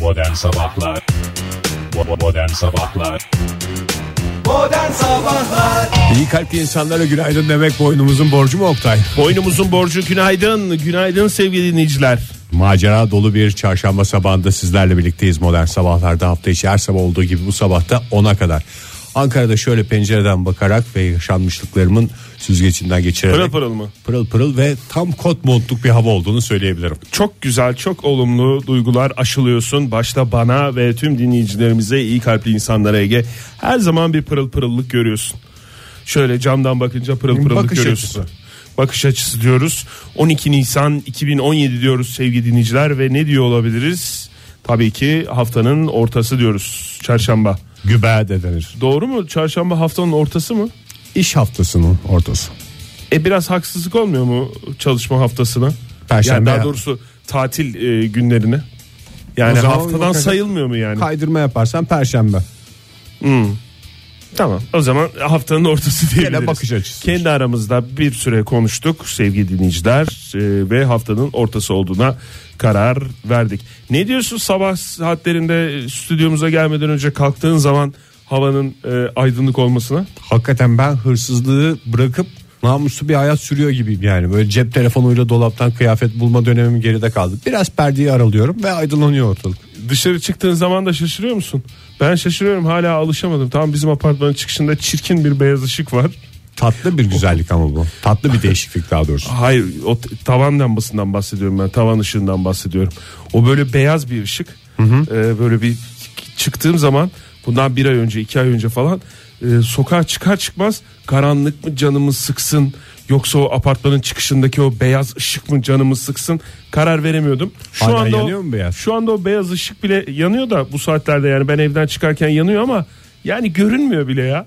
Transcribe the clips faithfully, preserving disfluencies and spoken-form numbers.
Modern Sabahlar Modern Sabahlar Modern Sabahlar İyi kalpli insanlara günaydın demek boynumuzun borcu mu Oktay? Boynumuzun borcu günaydın. Günaydın sevgili dinleyiciler. Macera dolu bir çarşamba sabahında sizlerle birlikteyiz Modern Sabahlar'da. Hafta içi her sabah olduğu gibi bu sabahta ona kadar. Ankara'da şöyle pencereden bakarak ve yaşanmışlıklarımın süzgecinden geçirerek Pırıl pırıl mı? Pırıl pırıl ve tam kot montluk bir hava olduğunu söyleyebilirim. Çok güzel, çok olumlu duygular aşılıyorsun. Başta bana ve tüm dinleyicilerimize, iyi kalpli insanlara Ege. Her zaman bir pırıl pırıllık görüyorsun. Şöyle camdan bakınca pırıl pırıllık Bakış görüyorsun. açısı. Bakış açısı diyoruz. on iki Nisan iki bin on yedi diyoruz sevgili dinleyiciler ve ne diyor olabiliriz? Tabii ki haftanın ortası diyoruz. Çarşamba. Gübe de denir. Doğru mu? Çarşamba haftanın ortası mı? İş haftasının ortası. E biraz haksızlık olmuyor mu çalışma haftasına? Perşembe Yani daha ya. doğrusu tatil e, günlerine. Yani O zaman haftadan bakacak- sayılmıyor mu yani? Kaydırma yaparsan perşembe. Hmm. Tamam, o zaman haftanın ortası diyebiliriz. Gene bakış açısı. Kendi aramızda bir süre konuştuk sevgili dinleyiciler e, ve haftanın ortası olduğuna karar verdik. Ne diyorsun sabah saatlerinde stüdyomuza gelmeden önce kalktığın zaman havanın e, aydınlık olmasına? Hakikaten ben hırsızlığı bırakıp namuslu bir hayat sürüyor gibiyim yani. Böyle cep telefonuyla dolaptan kıyafet bulma dönemim geride kaldı. Biraz perdeyi aralıyorum ve aydınlanıyor ortalık. Dışarı çıktığın zaman da şaşırıyor musun? Ben şaşırıyorum, hala alışamadım. Tamam, bizim apartmanın çıkışında çirkin bir beyaz ışık var. Tatlı bir güzellik ama bu. Tatlı bir değişiklik daha doğrusu. Hayır, o t- tavan lambasından bahsediyorum ben. Tavan ışığından bahsediyorum. O böyle beyaz bir ışık. Ee, böyle bir çıktığım zaman, bundan bir ay önce, iki ay önce falan, e, sokağa çıkar çıkmaz karanlık mı canımı sıksın, yoksa o apartmanın çıkışındaki o beyaz ışık mı canımı sıksın, karar veremiyordum. Şu Hala anda yanıyor o, mu beyaz? Şu anda o beyaz ışık bile yanıyor da bu saatlerde, yani ben evden çıkarken yanıyor ama yani görünmüyor bile ya.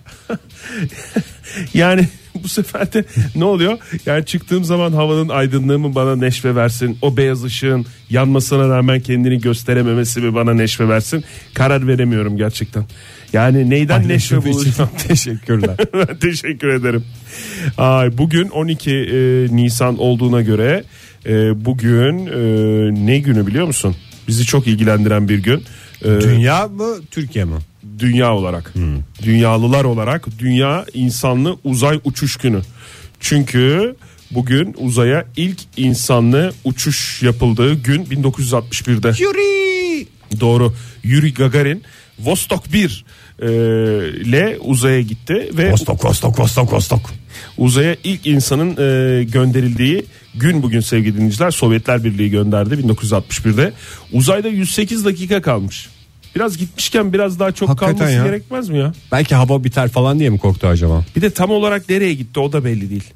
Yani bu sefer de ne oluyor? Yani çıktığım zaman havanın aydınlığı mı bana neşve versin, o beyaz ışığın yanmasına rağmen kendini gösterememesi mi bana neşve versin, karar veremiyorum gerçekten. Yani neyden Aynı neşve için bulacağım? teşekkürler. Ben teşekkür ederim. Ay, bugün on iki e, Nisan olduğuna göre e, bugün e, ne günü biliyor musun? Bizi çok ilgilendiren bir gün. E, Dünya mı Türkiye mi? Dünya olarak, hmm. dünyalılar olarak Dünya İnsanlı Uzay Uçuş Günü. Çünkü bugün uzaya ilk insanlı uçuş yapıldığı gün bin dokuz yüz altmış birde. Yuri! Doğru. Yuri Gagarin Vostok bir e, ile uzaya gitti ve Vostok Vostok Vostok Vostok. uzaya ilk insanın e, gönderildiği gün bugün sevgili dinleyiciler. Sovyetler Birliği gönderdi bin dokuz yüz altmış birde. Uzayda yüz sekiz dakika kalmış. Biraz gitmişken biraz daha çok Hakikaten kalması ya. gerekmez mi ya? Belki hava biter falan diye mi korktu acaba? Bir de tam olarak nereye gitti o da belli değil.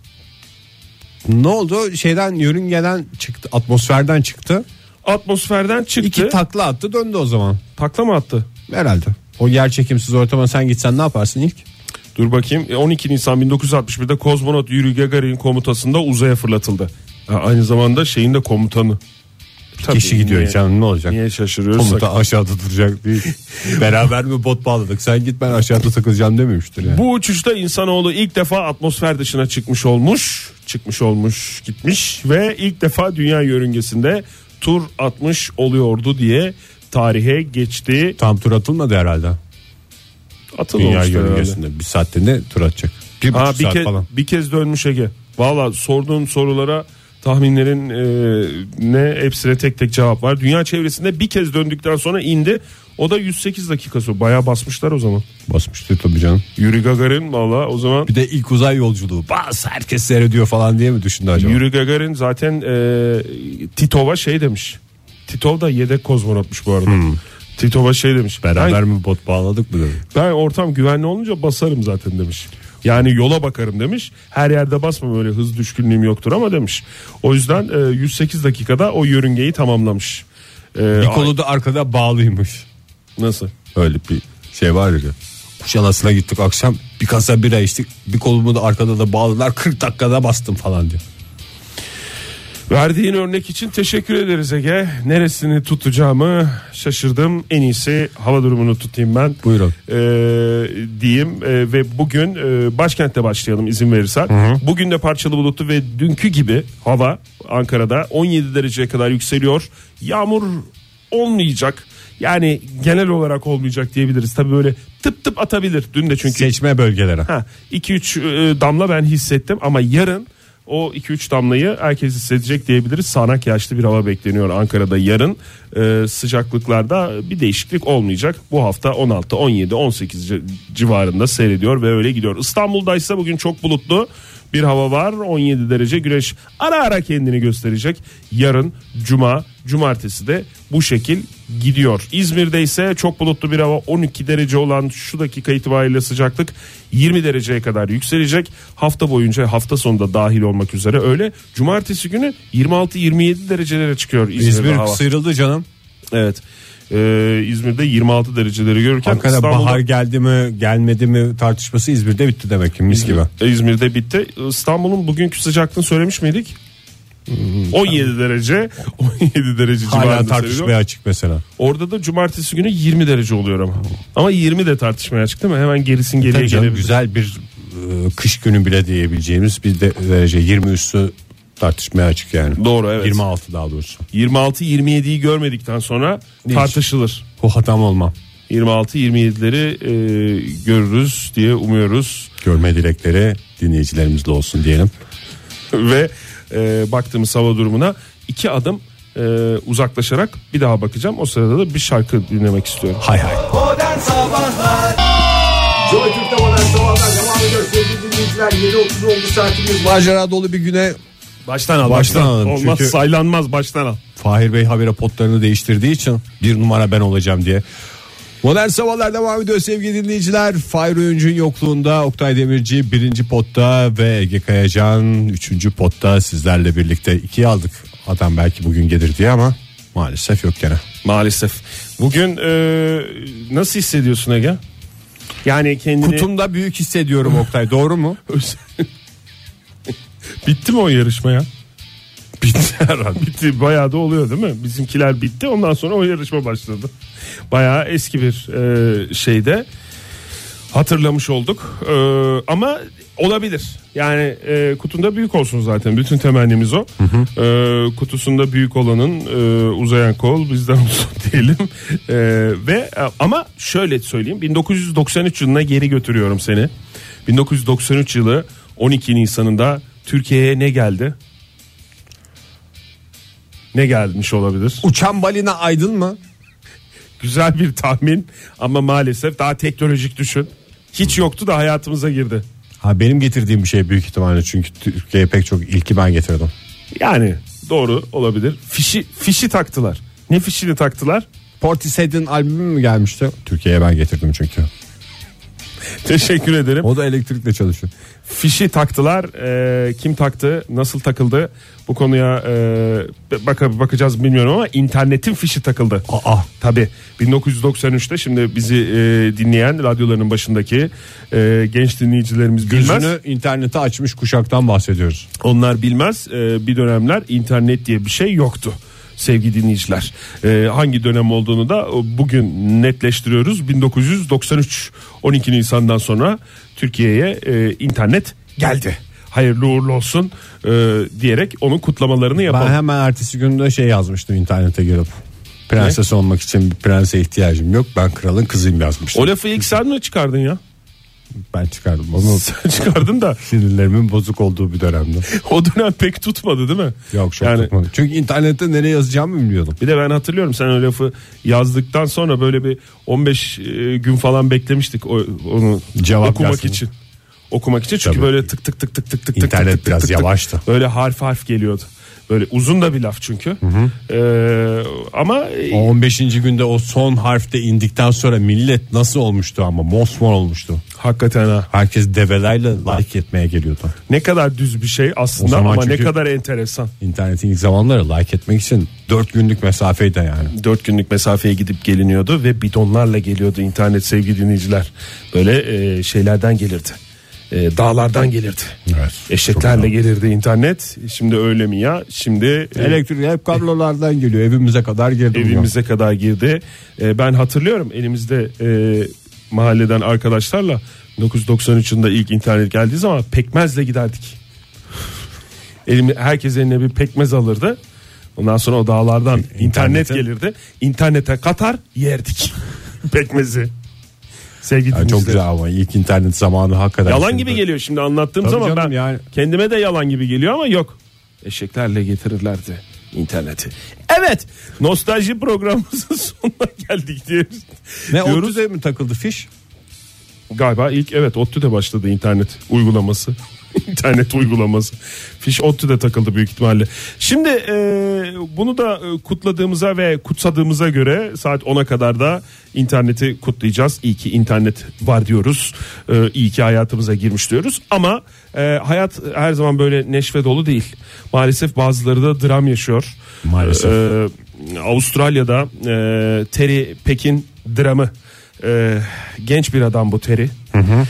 Ne oldu? Şeyden, yörüngeden çıktı, atmosferden çıktı. Atmosferden çıktı. İki takla attı, döndü o zaman. Takla mı attı? Herhalde. O yer çekimsiz ortama sen gitsen ne yaparsın ilk? Dur bakayım. on iki Nisan bin dokuz yüz altmış birde kozmonot Yuri Gagarin komutasında uzaya fırlatıldı. Ha, aynı zamanda şeyin de komutanı. Tabii, Kişi gidiyor niye, canım, ne olacak? Niye şaşırıyorsak? Komuta aşağıda duracak değil. Beraber mi bot bağladık? Sen git, ben aşağıda takılacağım dememiştir yani. Bu uçuşta insanoğlu ilk defa atmosfer dışına çıkmış olmuş, çıkmış olmuş, gitmiş ve ilk defa dünya yörüngesinde tur atmış oluyordu diye tarihe geçti. Tam tur atılmadı herhalde. Atılmamış Dünya herhalde. yörüngesinde bir saatte ne tur atacak? Bir Ha, buçuk bir, saat ke- falan. bir kez dönmüş Ege. Valla sorduğun sorulara, tahminlerin e, ne hepsine tek tek cevap var. Dünya çevresinde bir kez döndükten sonra indi. O da yüz sekiz dakika sonra. Bayağı basmışlar o zaman. Basmıştır tabii canım. Yuri Gagarin valla o zaman. Bir de ilk uzay yolculuğu. Bas, herkes seyrediyor falan diye mi düşündü acaba? Yuri Gagarin zaten e, Titov'a şey demiş. Titov da yedek kozmonotmuş bu arada. Hmm. Titov'a şey demiş. Beraber ben, mi bot bağladık mı dedi. ben ortam güvenli olunca basarım zaten demiş. Yani yola bakarım demiş. Her yerde basmam, öyle hız düşkünlüğüm yoktur ama demiş. O yüzden e, yüz sekiz dakikada o yörüngeyi tamamlamış. E, Bir kolu da arkada bağlıymış. Nasıl? Öyle bir şey var ya. Kuşadası'na gittik akşam, bir kasa bira içtik. Bir kolumu da arkada da bağladılar, kırk dakikada bastım falan diyor. Verdiğin örnek için teşekkür ederiz Ege. Neresini tutacağımı şaşırdım. En iyisi hava durumunu tutayım ben. Buyurun. Ee, diyeyim ee, ve bugün e, başkentte başlayalım izin verirsen. Hı hı. Bugün de parçalı bulutlu ve dünkü gibi hava Ankara'da on yedi dereceye kadar yükseliyor. Yağmur olmayacak. Yani genel olarak olmayacak diyebiliriz. Tabii böyle tıp tıp atabilir. Dün de çünkü Seçme bölgelere. Ha, iki üç e, damla ben hissettim ama yarın o iki üç damlayı herkes hissedecek diyebiliriz. Sağanak yağışlı bir hava bekleniyor Ankara'da yarın. Ee, sıcaklıklarda bir değişiklik olmayacak. Bu hafta on altı, on yedi, on sekiz civarında seyrediyor ve öyle gidiyor. İstanbul'da ise bugün çok bulutlu bir hava var. on yedi derece, güneş ara ara kendini gösterecek. Yarın cuma, cumartesi de bu şekil gidiyor. İzmir'de ise çok bulutlu bir hava, on iki derece olan şu dakika itibariyle sıcaklık yirmi dereceye kadar yükselecek. Hafta boyunca, hafta sonunda dahil olmak üzere öyle. Cumartesi günü yirmi altı yirmi yedi derecelere çıkıyor İzmir'de İzmir hava. sıyrıldı canım. Evet. Ee, İzmir'de yirmi altı dereceleri görürken Hakikaten İstanbul'da bahar geldi mi gelmedi mi tartışması İzmir'de bitti demek ki, mis gibi. İzmir'de bitti. İstanbul'un bugünkü sıcaklığını söylemiş miydik? on yedi derece, on yedi derece Hala civarında tartışmaya seyrediyor. açık mesela. Orada da cumartesi günü yirmi derece oluyor ama. Ama yirmi de tartışmaya açık değil mi? Hemen gerisin geriye Tabii canım, gelebilir. güzel bir e, kış günü bile diyebileceğimiz bir de, derece yirmi üstü tartışmaya açık yani. Doğru, evet. yirmi altı daha doğrusu. yirmi altı yirmi yediyi görmedikten sonra Hiç. tartışılır. O hatam olmam. yirmi altı yirmi yedileri e, görürüz diye umuyoruz. Görme dilekleri dinleyicilerimizle olsun diyelim. Ve e, baktığımız hava durumuna iki adım e, uzaklaşarak bir daha bakacağım. O sırada da bir şarkı dinlemek istiyorum. Hay hay. Modern Sabahlar Joy Türk'te Modern Sabahlar devam ediyor sevgili dinleyiciler. yedi otuz oldu saatimiz. Macera dolu bir güne Baştan al. Baştan alın. Olmaz, Çünkü- saylanmaz, baştan al. Fahir Bey habire potlarını değiştirdiği için bir numara ben olacağım diye. Modern Sabahlar devam ediyor sevgili dinleyiciler. Fahir Öğüncü'nün yokluğunda Oktay Demirci birinci potta ve Ege Kayacan üçüncü potta sizlerle birlikte. İkiye aldık. Adam belki bugün gelir diye ama maalesef yok gene. Maalesef. Bugün e, nasıl hissediyorsun Ege? Yani kendini... Kutumda büyük hissediyorum Oktay, doğru mu? Bitti mi o yarışma ya? Bitti herhalde. Bitti, bayağı da oluyor değil mi? Bizimkiler bitti, ondan sonra o yarışma başladı. Bayağı eski bir e, şeyde hatırlamış olduk. E, ama olabilir. Yani e, kutunda büyük olsun zaten. Bütün temennimiz o. Hı hı. E, kutusunda büyük olanın e, uzayan kol bizden olsun diyelim. E, ve ama şöyle söyleyeyim. bin dokuz yüz doksan üç yılına geri götürüyorum seni. bin dokuz yüz doksan üç yılı on iki Nisan'ında Türkiye'ye ne geldi? Ne gelmiş olabilir? Uçan balina Aydın mı? Güzel bir tahmin ama maalesef daha teknolojik düşün. Hiç yoktu da hayatımıza girdi. Ha, benim getirdiğim bir şey büyük ihtimalle, çünkü Türkiye'ye pek çok ilki ben getirdim. Yani doğru olabilir. Fişi fişi taktılar. Ne fişini taktılar? Portishead'in albümü mü gelmişti? Türkiye'ye ben getirdim çünkü. Teşekkür ederim. O da elektrikle çalışıyor. Fişi taktılar. Ee, kim taktı? Nasıl takıldı? Bu konuya e, bak bakacağız bilmiyorum ama internetin fişi takıldı. Aa. Tabii bin dokuz yüz doksan üçte şimdi bizi e, dinleyen radyolarının başındaki e, genç dinleyicilerimiz bilmez. Gözünü internete açmış kuşaktan bahsediyoruz. Onlar bilmez. E, bir dönemler internet diye bir şey yoktu. Sevgili dinleyiciler, ee, hangi dönem olduğunu da bugün netleştiriyoruz. bin dokuz yüz doksan üç on iki Nisan'dan sonra Türkiye'ye e, internet geldi. Hayırlı uğurlu olsun e, diyerek onun kutlamalarını yapalım. Ben hemen ertesi günde şey yazmıştım internete girip. Prenses ne? olmak için bir prense ihtiyacım yok. Ben kralın kızıyım yazmıştım. O lafı ilk sen mi çıkardın ya? Ben çıkardım onu. Sen çıkardın da. Sinirlerimin bozuk olduğu bir dönemde. O dönem pek tutmadı değil mi? Yok çok yani, tutmadı. Çünkü internette nereye yazacağımı bilmiyordum. Bir de ben hatırlıyorum, sen o lafı yazdıktan sonra böyle bir on beş gün falan beklemiştik o, onu Cevap okumak yazsın. için. Okumak için çünkü Tabii. böyle tık tık tık tık tık tık İnternet tık tık biraz tık tık yavaştı. Böyle harf harf geliyordu. Böyle uzun da bir laf çünkü. Hı hı. Ee, ama o on beşinci günde o son harfte indikten sonra millet nasıl olmuştu ama mosmor olmuştu. Hakikaten ha. Herkes develerle like etmeye geliyordu. Ne kadar düz bir şey aslında ama ne kadar enteresan. İnternetin ilk zamanları like etmek için dört günlük mesafeydi yani. dört günlük mesafeye gidip geliniyordu ve bidonlarla geliyordu internet sevgili dinleyiciler. Böyle e, şeylerden gelirdi. E, dağlardan gelirdi. Evet, eşeklerle gelirdi internet. Şimdi öyle mi ya? Şimdi e, elektrik hep kablolardan geliyor. Evimize kadar girdi. Evimize kadar girdi. E, ben hatırlıyorum elimizde e, mahalleden arkadaşlarla bin dokuz yüz doksan üç yılında ilk internet geldiği zaman pekmezle giderdik. Elim, herkes eline bir pekmez alırdı. Ondan sonra o dağlardan internet İnternete- gelirdi. İnternete katar yerdik pekmezi. Sevgili Yani çok dinleyiciler. güzel ama ilk internet zamanı hakikaten. Yalan şimdi- gibi geliyor şimdi anlattığım Tabii zaman canım ben yani. kendime de yalan gibi geliyor ama yok. Eşeklerle getirirlerdi interneti. Evet, nostalji programımızın sonuna geldik diyoruz. Ne diyoruz. otuz'a mi takıldı fiş? Galiba ilk evet ODTÜ'de başladı internet uygulaması. İnternet uygulaması. Fiş ODTÜ'de takıldı büyük ihtimalle. Şimdi e, bunu da e, kutladığımıza ve kutsadığımıza göre saat ona kadar da interneti kutlayacağız. İyi ki internet var diyoruz. E, iyi ki hayatımıza girmiş diyoruz. Ama e, hayat her zaman böyle neşve dolu değil. Maalesef bazıları da dram yaşıyor. Maalesef. E, Avustralya'da e, Terry Peck'in dramı. E, genç bir adam bu Terry. Hı hı.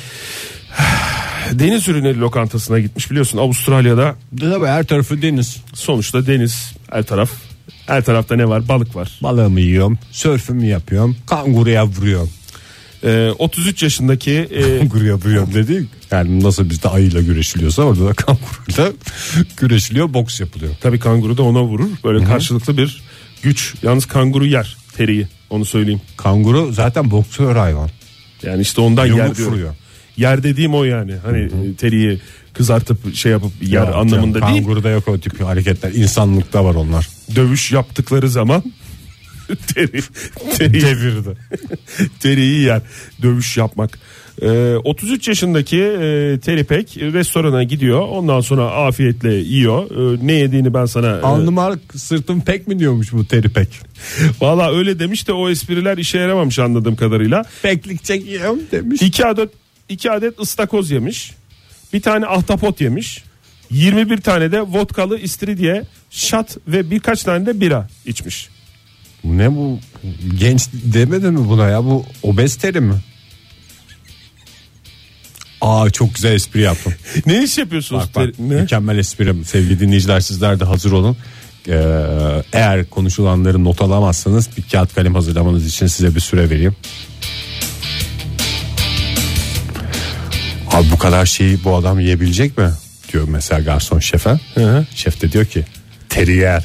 Deniz ürünleri lokantasına gitmiş biliyorsun Avustralya'da. Tabii her tarafı deniz. Sonuçta deniz her taraf. Her tarafta ne var? Balık var. Balığımı yiyorum, sörfümü yapıyorum, kanguruya vuruyorum. Ee, otuz üç yaşındaki e, Kanguruya vuruyorum dedi. Yani nasıl bizde ayıyla güreşiliyorsa orada da kanguruyla güreşiliyor, boks yapılıyor. tabii kanguru da ona vurur. Böyle karşılıklı bir güç. Yalnız kanguru yer Terry'i, onu söyleyeyim. Kanguru zaten boksör hayvan. Yani işte ondan Yumruk yer diyorum. vuruyor. Yer dediğim o yani. Hani Terry'i kızartıp şey yapıp yer Ya, anlamında canım, değil. Kanguruda yok o tip hareketler. İnsanlıkta var onlar. Dövüş yaptıkları zaman Terry, Terry Devirdi. Terry'i yer. Dövüş yapmak. Ee, otuz üç yaşındaki e, Terry Peck restorana gidiyor. Ondan sonra afiyetle yiyor. Ee, ne yediğini ben sana... e, Alnıma sırtım pek mi diyormuş bu Terry Peck? Valla öyle demiş de o espriler işe yaramamış anladığım kadarıyla. Peklik çekiyorum demiş. İki adet, iki adet ıstakoz yemiş. Bir tane ahtapot yemiş. yirmi bir tane de vodkalı istiridye, şat ve birkaç tane de bira içmiş. Ne bu? Genç demedin mi buna ya? Bu obez Terry mi? Aa çok güzel espri yaptım. Ne iş yapıyorsunuz? Bak, bak, Ne? mükemmel esprim. Sevgili dinleyiciler sizler de hazır olun. Ee, eğer konuşulanları not alamazsanız bir kağıt kalem hazırlamanız için size bir süre vereyim. Abi bu kadar şeyi bu adam yiyebilecek mi? Diyor mesela garson şefe. Hı hı. Şef de diyor ki terrier.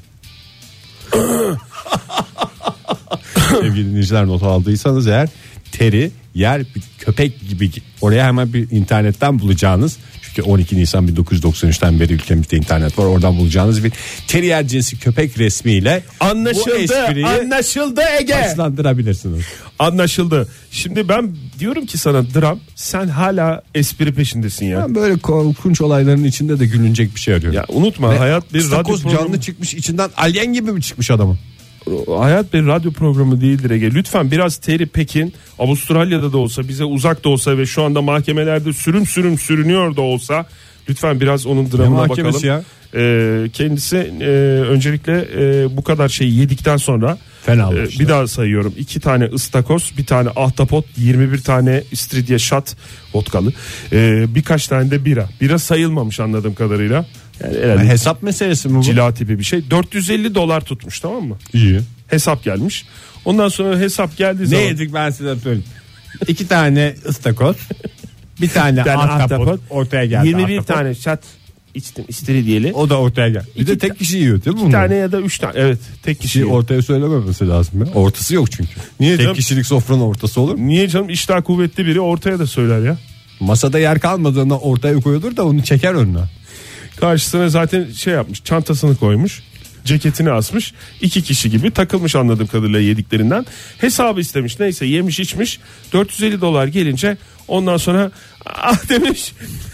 Sevgili dinleyiciler not aldıysanız eğer Terry yer bir köpek gibi, oraya hemen bir internetten bulacağınız, çünkü on iki Nisan bin dokuz yüz doksan üçten beri ülkemizde internet var, oradan bulacağınız bir terrier cinsi köpek resmiyle bu Anlaşıldı, espriyi anlaşıldı Ege. başlandırabilirsiniz. Anlaşıldı. Şimdi ben diyorum ki sana dram, sen hala espri peşindesin ya. Ben böyle korkunç olayların içinde de gülünecek bir şey arıyorum. Ya unutma Ve hayat bir radyo İstakoz programı. canlı çıkmış içinden, alien gibi mi çıkmış adamın? Hayat bir radyo programı değildir Ege. Lütfen biraz Terry Peck'in Avustralya'da da olsa, bize uzak da olsa ve şu anda mahkemelerde sürüm sürüm sürünüyor da olsa, lütfen biraz onun dramına Ne mahkemesi bakalım. ya? Ee, kendisi e, öncelikle e, bu kadar şeyi yedikten sonra Fena e, olmuş. bir daha sayıyorum. iki tane ıstakoz, bir tane ahtapot, yirmi bir tane istiridye şat vodkalı, e, birkaç tane de bira. Bira sayılmamış anladığım kadarıyla. Yani herhalde Hesap meselesi mi bu? cila tipi bir şey. dört yüz elli dolar tutmuş, tamam mı? İyi. Hesap gelmiş. Ondan sonra hesap geldiği Ne zaman yedik ben size söyleyeyim. İki tane ıstakoz, bir tane Bir tane ahtapot ahtapot, ortaya geldi. yirmi bir ahtapot. tane şat içtim istiridiyeli. O da ortaya geldi. Bir İki de tek ta- kişi yiyor değil mi? Bir tane ya da üç tane. Evet, tek kişi. Kişi ortaya söylememesi lazım ya. Ortası yok çünkü. Niye Tek canım? kişilik sofranın ortası olur mu? Niye canım, iştah kuvvetli biri ortaya da söyler ya. Masada yer kalmadığında ortaya koyulur da onu çeker önüne. Karşısına zaten şey yapmış, çantasını koymuş, ceketini asmış, iki kişi gibi takılmış anladığım kadarıyla yediklerinden. Hesabı istemiş, neyse yemiş içmiş, dört yüz elli dolar gelince ondan sonra ah demiş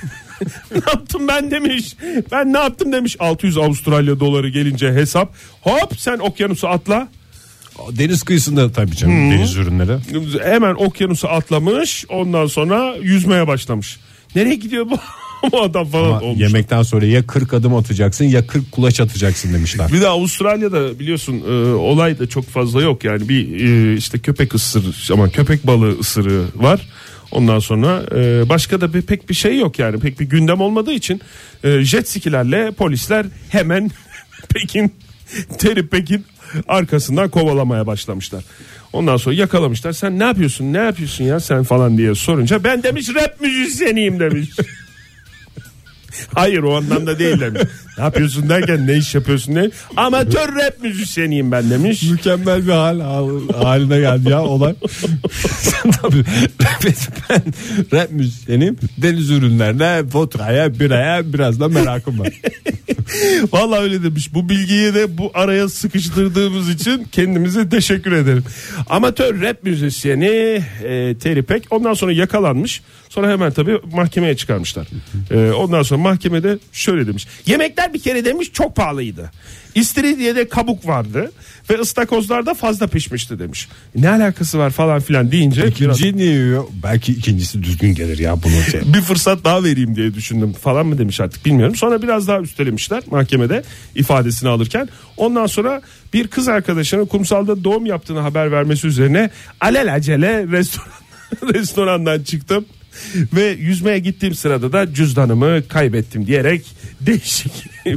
ne yaptım ben demiş, ben ne yaptım demiş. Altı yüz Avustralya doları gelince hesap, hop sen okyanusu atla. Deniz kıyısında tabii canım deniz ürünleri. Hemen okyanusu atlamış, ondan sonra yüzmeye başlamış. Nereye gidiyor bu, bu adam falan Ama olmuş. yemekten sonra ya kırk adım atacaksın ya kırk kulaç atacaksın demişler. Bir de Avustralya'da biliyorsun e, olay da çok fazla yok yani, bir e, işte köpek ısırı ama köpek balığı ısırığı var. Ondan sonra e, başka da bir, pek bir şey yok yani, pek bir gündem olmadığı için e, jet skilerle polisler hemen Pekin Terry Peck'in arkasından kovalamaya başlamışlar. Ondan sonra yakalamışlar. Sen ne yapıyorsun? Ne yapıyorsun ya sen falan diye sorunca ben demiş rap müzisyeniyim demiş. Hayır, o anlamda değil demiş. Ne yapıyorsun derken ne iş yapıyorsun diye. Amatör rap müzisyeniyim ben demiş. Mükemmel bir hal, hal haline geldi ya olay. Tabii ben rap müzisyeniyim. Deniz ürünlerine, vodka'ya, biraya biraz da merakım var. Vallahi öyle demiş. Bu bilgiyi de bu araya sıkıştırdığımız için kendimize teşekkür ederim. Amatör rap müzisyeni e, Terry Peck ondan sonra yakalanmış. Sonra hemen tabii mahkemeye çıkarmışlar. E, ondan sonra mahkemede şöyle demiş. Yemekler bir kere demiş çok pahalıydı. İstiridye'de kabuk vardı ve ıstakozlar da fazla pişmişti demiş. Ne alakası var falan filan deyince İkinci biraz... niye yiyor? Belki ikincisi düzgün gelir ya bunun şey. bir fırsat daha vereyim diye düşündüm falan mı demiş artık bilmiyorum. Sonra biraz daha üstelemişler mahkemede ifadesini alırken. Ondan sonra bir kız arkadaşının kumsalda doğum yaptığını haber vermesi üzerine alelacele restoran, restorandan çıktım. Ve yüzmeye gittiğim sırada da cüzdanımı kaybettim diyerek değişik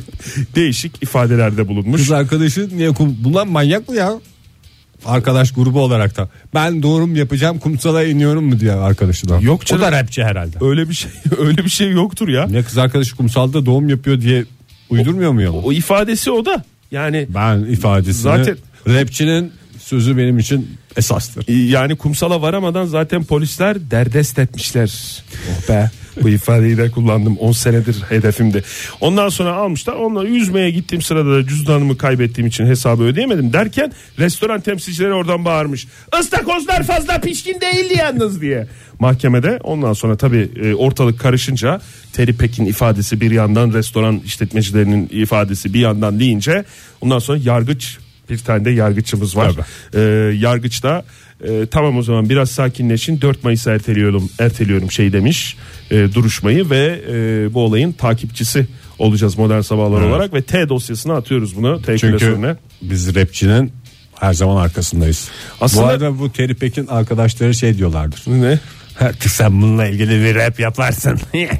değişik ifadelerde bulunmuş. Kız arkadaşı niye kum... Bunlar manyak mı ya? Arkadaş grubu olarak da. Ben doğum yapacağım kumsala iniyorum mu diye arkadaşından. Yok canım. O da rapçi herhalde. Öyle bir şey öyle bir şey yoktur ya. Ne kız arkadaşı kumsalda doğum yapıyor diye uydurmuyor mu ya? O, o ifadesi o da. Yani ben ifadesini zaten rapçinin sözü benim için esastır. Yani kumsala varamadan zaten polisler derdest etmişler. Oh be. Bu ifadeyi de kullandım. on senedir hedefimdi. Ondan sonra almışlar. Onunla yüzmeye gittiğim sırada da cüzdanımı kaybettiğim için hesabı ödeyemedim derken restoran temsilcileri oradan bağırmış. Istakozlar fazla pişkin değildi yalnız diye. Mahkemede ondan sonra tabii ortalık karışınca Terry Peck'in ifadesi bir yandan, restoran işletmecilerinin ifadesi bir yandan deyince ondan sonra yargıç, bir tane de yargıçımız var. Ee, yargıç da e, tamam o zaman biraz sakinleşin, dört Mayıs'a erteliyorum erteliyorum şey demiş e, duruşmayı ve e, bu olayın takipçisi olacağız Modern Sabahlar evet. olarak ve T dosyasına atıyoruz bunu. T Çünkü klasörüne. Biz rapçinin her zaman arkasındayız. Aslında... Bu arada bu Terry Peck'in arkadaşları şey diyorlardır. Ne? Artık sen bununla ilgili bir rap yaparsın.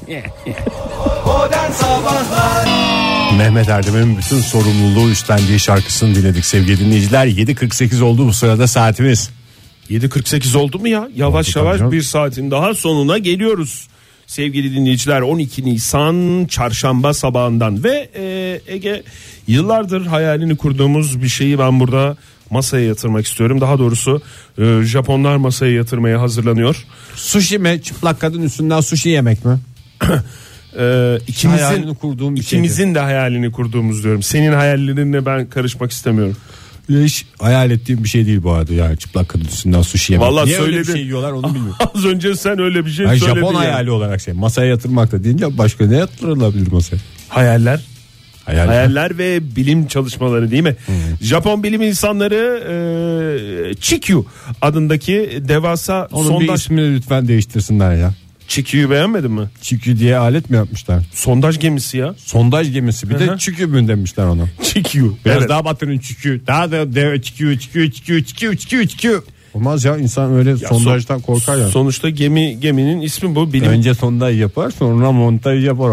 Modern Sabahlar. Mehmet Erdem'in bütün sorumluluğu üstlendiği şarkısını dinledik sevgili dinleyiciler. yedi kırk sekiz oldu bu sırada saatimiz. yedi kırk sekiz oldu mu ya? Yavaş oldu, yavaş bir saatin daha sonuna geliyoruz. Sevgili dinleyiciler, on iki Nisan çarşamba sabahından ve e, Ege, yıllardır hayalini kurduğumuz bir şeyi ben burada masaya yatırmak istiyorum. Daha doğrusu e, Japonlar masaya yatırmaya hazırlanıyor. Sushi mi? Çıplak kadın üstünden sushi yemek mi? Ee, ikimizin hayalini kurduğum bir ikimizin şeydi. De hayalini kurduğumuz diyorum. Senin hayallerinle ben karışmak istemiyorum. Hiç hayal ettiğim bir şey değil bu arada yani çıplak kadın üstünden sushi yemek. Vallahi niye söyledin. Öyle bir şey yiyorlar onu bilmiyorum. Az önce sen öyle bir şey yani söyledin. Japon yani. hayali olarak şey masaya yatırmak da deyince başka ne yatırılabilir masaya? Hayaller. Hayaller. Hayaller ve bilim çalışmaları değil mi? Hmm. Japon bilim insanları e, Chikyu adındaki devasa onun sondaj... bir ismini lütfen değiştirsinler ya. Chikyu'yu beğenmedin mi? Chikyu diye alet mi yapmışlar? Sondaj gemisi ya. Sondaj gemisi bir de Chikyu mu demişler ona? Chikyu. Biraz evet. daha batırın Chikyu. Daha da dev Chikyu Chikyu Chikyu Chikyu Chikyu Chikyu. Olmaz ya insan öyle ya sondajdan son, korkar ya. Sonuçta gemi geminin ismi bu. Bilim... Önce sondaj yapar sonra montaj yapar.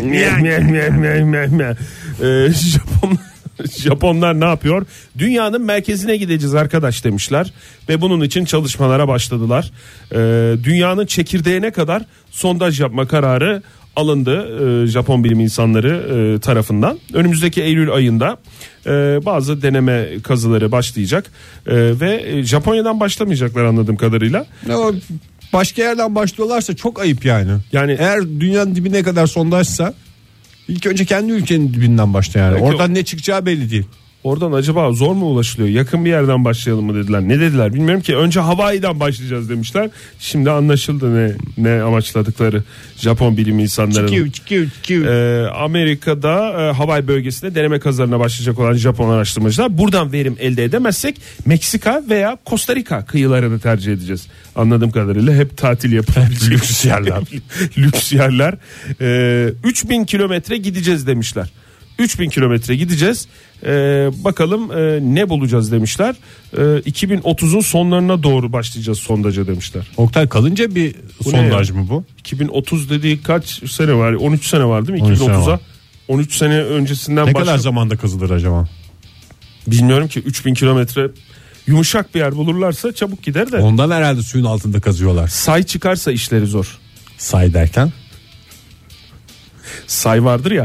ee, Japon Japonlar ne yapıyor? Dünyanın merkezine gideceğiz arkadaş demişler ve bunun için çalışmalara başladılar. Ee, dünyanın çekirdeğine kadar sondaj yapma kararı alındı e, Japon bilim insanları e, tarafından. Önümüzdeki Eylül ayında e, bazı deneme kazıları başlayacak e, ve Japonya'dan başlamayacaklar anladığım kadarıyla. O başka yerden başlıyorlarsa çok ayıp yani. Yani eğer dünyanın dibine kadar sondajsa ilk önce kendi ülkenin dibinden başla yani. Peki, oradan ne çıkacağı belli değil. Oradan acaba zor mu ulaşılıyor? Yakın bir yerden başlayalım mı dediler. Ne dediler bilmiyorum ki. Önce Hawaii'den başlayacağız demişler. Şimdi anlaşıldı ne ne amaçladıkları Japon bilim insanları. Çıkıyor, çıkıyor, çıkıyor. Ee, Amerika'da e, Hawaii bölgesinde deneme kazılarına başlayacak olan Japon araştırmacılar buradan verim elde edemezsek Meksika veya Costa Rica kıyılarını tercih edeceğiz. Anladığım kadarıyla hep tatil yapabilecek lüks yerler. lüks yerler. Ee, üç bin kilometre gideceğiz demişler. üç bin kilometre gideceğiz. Ee, bakalım e, ne bulacağız demişler. Ee, iki bin otuzun sonlarına doğru başlayacağız sondaja demişler. Oktay kalınca bir bu sondaj mı bu? iki bin otuz dediği kaç sene var? on üç sene var değil mi? iki bin otuza on üç sene öncesinden ne başla... kadar zamanda kazılır acaba? Bilmiyorum ki. Üç bin kilometre yumuşak bir yer bulurlarsa çabuk gider de. Ondan herhalde suyun altında kazıyorlar. Say çıkarsa işleri zor. Say derken? Say vardır ya.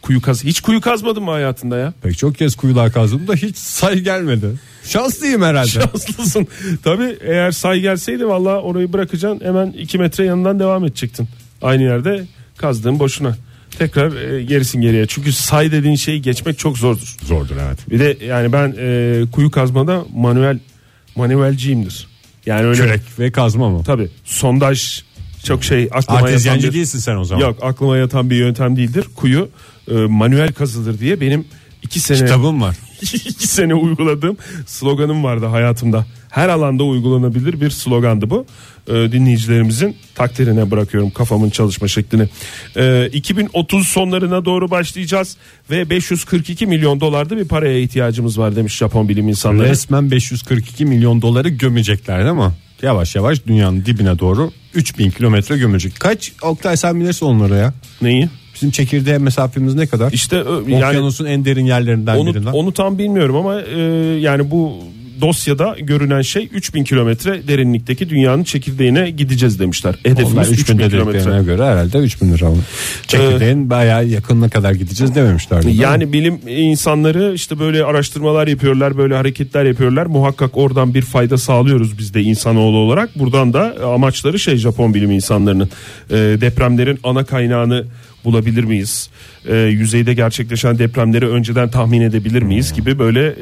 kuyu kaz. Hiç kuyu kazmadın mı hayatında ya? Pek çok kez kuyular kazdım da hiç say gelmedi. Şanslıyım herhalde. Şanslısın. Tabii eğer say gelseydi vallahi orayı bırakacaksın, hemen iki metre yanından devam edecektin. Aynı yerde kazdığın boşuna. Tekrar e, gerisin geriye. Çünkü say dediğin şeyi geçmek çok zordur. Zordur evet. Bir de yani ben e, kuyu kazmada manuel manuelciyimdir. Yani öyle. Kürek ve kazma mı? Tabii. Sondaj çok şey aklıma Artezyancı yatan bir, değilsin sen o zaman. Yok, aklıma yatan bir yöntem değildir. Kuyu e, manuel kazılır diye benim iki sene kitabım var. iki sene uyguladığım sloganım vardı hayatımda. Her alanda uygulanabilir bir slogandı bu. Ee, dinleyicilerimizin takdirine bırakıyorum kafamın çalışma şeklini. Ee, iki bin otuz sonlarına doğru başlayacağız ve beş yüz kırk iki milyon dolarda bir paraya ihtiyacımız var demiş Japon bilim insanları. Resmen beş yüz kırk iki milyon doları gömecekler değil mi? Yavaş yavaş dünyanın dibine doğru üç bin kilometre gömecek. Kaç Oktay sen bilirsin onları ya? Neyi? Bizim çekirdeğe mesafemiz ne kadar? İşte yani okyanusun en derin yerlerinden onu, birinden. Onu tam bilmiyorum ama e, yani bu dosyada görünen şey üç bin kilometre derinlikteki dünyanın çekirdeğine gideceğiz demişler. Hedefimiz üç bin kilometre. Göre herhalde üç bin lira. Çekirdeğin ee, bayağı yakınına kadar gideceğiz dememişler. Yani bilim insanları işte böyle araştırmalar yapıyorlar, böyle hareketler yapıyorlar. Muhakkak oradan bir fayda sağlıyoruz biz de insanoğlu olarak. Buradan da amaçları şey Japon bilim insanlarının e, depremlerin ana kaynağını bulabilir miyiz? E, yüzeyde gerçekleşen depremleri önceden tahmin edebilir miyiz gibi böyle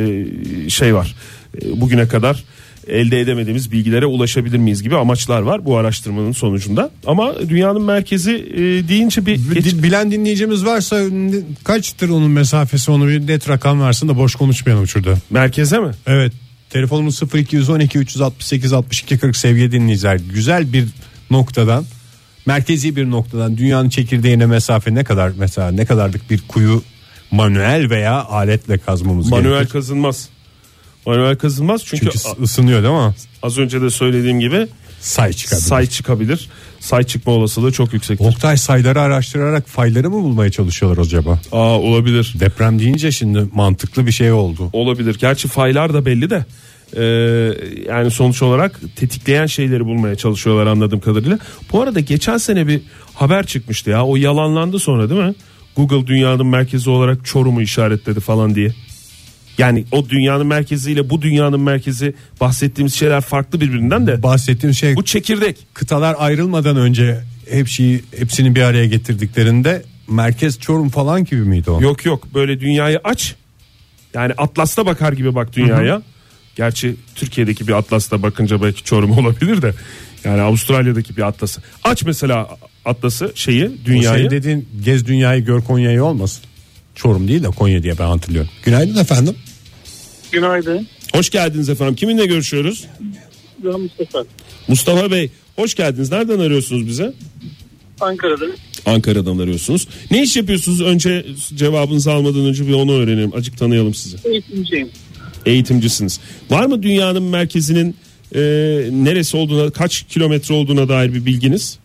e, şey var. E, bugüne kadar elde edemediğimiz bilgilere ulaşabilir miyiz gibi amaçlar var bu araştırmanın sonucunda. Ama dünyanın merkezi e, deyince bir geç... bilen dinleyicimiz varsa kaçtır onun mesafesi, onu bir net rakam versin de boş konuşmayalım şurada. Merkeze mi? Evet. Telefonumuz sıfır iki on iki üç altı sekiz altmış iki kırk sevgili dinleyiciler. Güzel bir noktadan, merkezi bir noktadan dünyanın çekirdeğine mesafe ne kadar, mesela ne kadarlık bir kuyu manuel veya aletle kazmamız manuel gerekir? kazınmaz. Manuel kazınmaz çünkü, çünkü ısınıyor değil mi? Az önce de söylediğim gibi say çıkabilir. Say çıkabilir. Say çıkma olasılığı çok yüksektir. Oktay sayları araştırarak fayları mı bulmaya çalışıyorlar acaba? Aa, olabilir. Deprem deyince şimdi mantıklı bir şey oldu. Olabilir. Gerçi faylar da belli de. Ee, yani sonuç olarak tetikleyen şeyleri bulmaya çalışıyorlar anladığım kadarıyla. Bu arada geçen sene bir haber çıkmıştı ya. O yalanlandı sonra değil mi? Google dünyanın merkezi olarak Çorum'u işaretledi falan diye. Yani o dünyanın merkeziyle bu dünyanın merkezi, bahsettiğimiz şeyler farklı birbirinden de. Bahsettiğim şey bu çekirdek. Kıtalar ayrılmadan önce hepsini, hepsini bir araya getirdiklerinde merkez Çorum falan gibi miydi o? Yok yok, böyle dünyayı aç. Yani Atlas'ta bakar gibi bak dünyaya. Hı hı. Gerçi Türkiye'deki bir Atlas'ta bakınca belki Çorum olabilir de. Yani Avustralya'daki bir Atlas'ı. Aç mesela Atlas'ı, şeyi, dünyayı. O şey dediğin gez dünyayı gör Konya'yı olmasın? Çorum değil de Konya diye ben hatırlıyorum. Günaydın efendim. Günaydın. Hoş geldiniz efendim. Kiminle görüşüyoruz? Ben Mustafa. Mustafa Bey, hoş geldiniz. Nereden arıyorsunuz bize? Ankara'dan. Ankara'dan arıyorsunuz. Ne iş yapıyorsunuz? Önce cevabınızı almadan önce bir onu öğrenelim. Azıcık tanıyalım sizi. Eğitimciyim. Eğitimcisiniz. Var mı dünyanın merkezinin e, neresi olduğuna, kaç kilometre olduğuna dair bir bilginiz?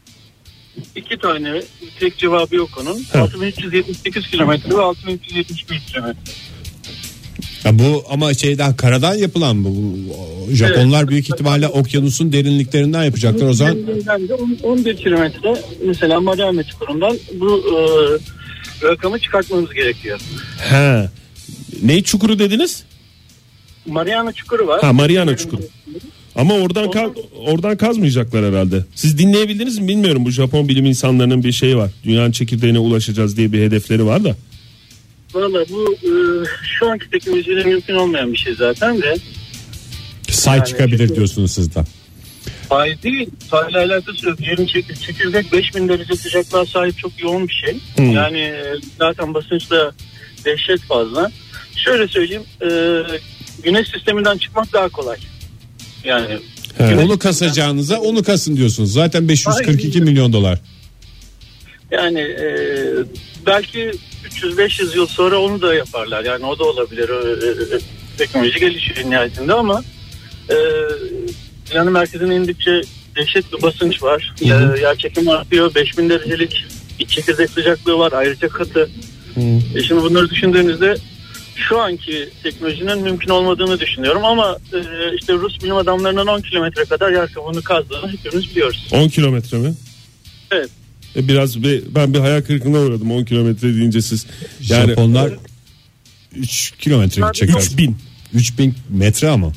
İki tane, tek cevabı yok onun. Ha. altı bin üç yüz yetmiş sekiz kilometre ve altı bin üç yüz yetmiş bir kilometre. Ya bu ama şeyden, karadan yapılan mı? Bu, Japonlar evet, büyük ihtimalle okyanusun derinliklerinden yapacaklar o zaman. De on bir kilometre mesela Mariana Çukuru'ndan bu e, rakamı çıkartmamız gerekiyor. He. Ne çukuru dediniz? Mariana Çukuru var. Ha, Mariana Çukuru. Ama oradan ka- oradan kazmayacaklar herhalde. Siz dinleyebildiniz mi bilmiyorum, bu Japon bilim insanlarının bir şeyi var. Dünyanın çekirdeğine ulaşacağız diye bir hedefleri var da. Valla bu e, şu anki teknolojiyle mümkün olmayan bir şey zaten de. Say yani çıkabilir çünkü, diyorsunuz sizden. Hayır değil. Sayıyla alakası yok. Yerin çek- çekirdek beş bin derece sıcaklığa sahip çok yoğun bir şey. Hmm. Yani zaten basınç da dehşet fazla. Şöyle söyleyeyim. E, güneş sisteminden çıkmak daha kolay. Yani evet. Onu kasacağınıza onu kasın diyorsunuz. Zaten beş yüz kırk iki Hayır. milyon dolar. Yani e, belki üç yüz beş yüz yıl sonra onu da yaparlar. Yani o da olabilir. E, e, teknoloji gelişiyor nihayetinde ama e, dünyanın merkezine indikçe dehşet bir basınç var. E, yer çekimi artıyor. beş bin derecelik iç çekirdek sıcaklığı var. Ayrıca katı. E, şimdi bunları düşündüğünüzde şu anki teknolojinin mümkün olmadığını düşünüyorum ama e, işte Rus bilim adamlarının on kilometre kadar yer kabuğunu kazdığını hepimiz biliyoruz. on kilometre mi? Evet. E biraz bir, ben bir hayal kırıklığına uğradım on kilometre deyince siz. Yani Japonlar üç kilometre gidecekler. üç bin. üç bin metre ama.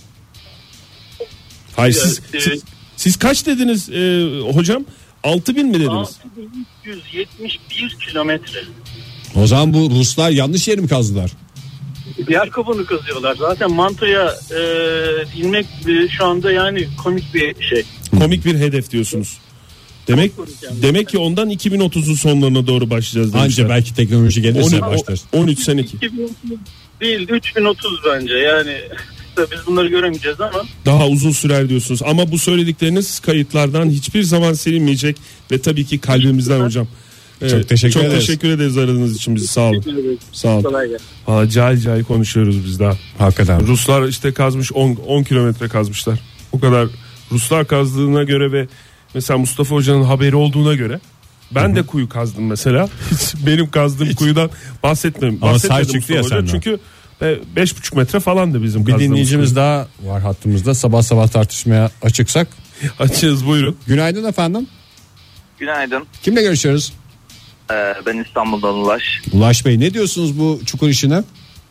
Hayır siz, siz, siz kaç dediniz e, hocam? altı bin mi dediniz? altı bin üç yüz yetmiş bir kilometre. O zaman bu Ruslar yanlış yeri mi kazdılar? Diğer kabuğunu kazıyorlar. Zaten mantoya e, inmek e, şu anda yani komik bir şey. Komik bir hedef diyorsunuz. Demek demek ki ondan iki bin otuzun sonlarına doğru başlayacağız demişler. Anca belki teknoloji gelirse on, başlarız. on üç seneki. iki bin otuz değil üç bin otuz bence yani biz bunları göremeyeceğiz ama. Daha uzun sürer diyorsunuz ama bu söyledikleriniz kayıtlardan hiçbir zaman silinmeyecek ve tabii ki kalbimizden hocam. Evet, çok teşekkür çok ederiz. teşekkür ederiz aradığınız için bizi, sağ olun. Sağ olun. Kolay gelsin. Aa, cahil cahil konuşuyoruz biz daha. Hakikaten. Ruslar işte kazmış on kilometre kazmışlar. O kadar Ruslar kazdığına göre ve mesela Mustafa Hoca'nın haberi olduğuna göre ben Hı-hı. de kuyu kazdım mesela. Hiç benim kazdığım Hiç. kuyudan bahsetmem. Ama say çıktı Mustafa ya Hoca. senden. Çünkü beş buçuk metre falandı bizim bir kazdığımız. Bir dinleyicimiz kuyu. daha var hattımızda. Sabah sabah tartışmaya açıksak. Açığız, buyurun. Günaydın efendim. Günaydın. Kimle görüşüyoruz? Ee, ben İstanbul'dan Ulaş. Ulaş Bey, ne diyorsunuz bu çukur işine?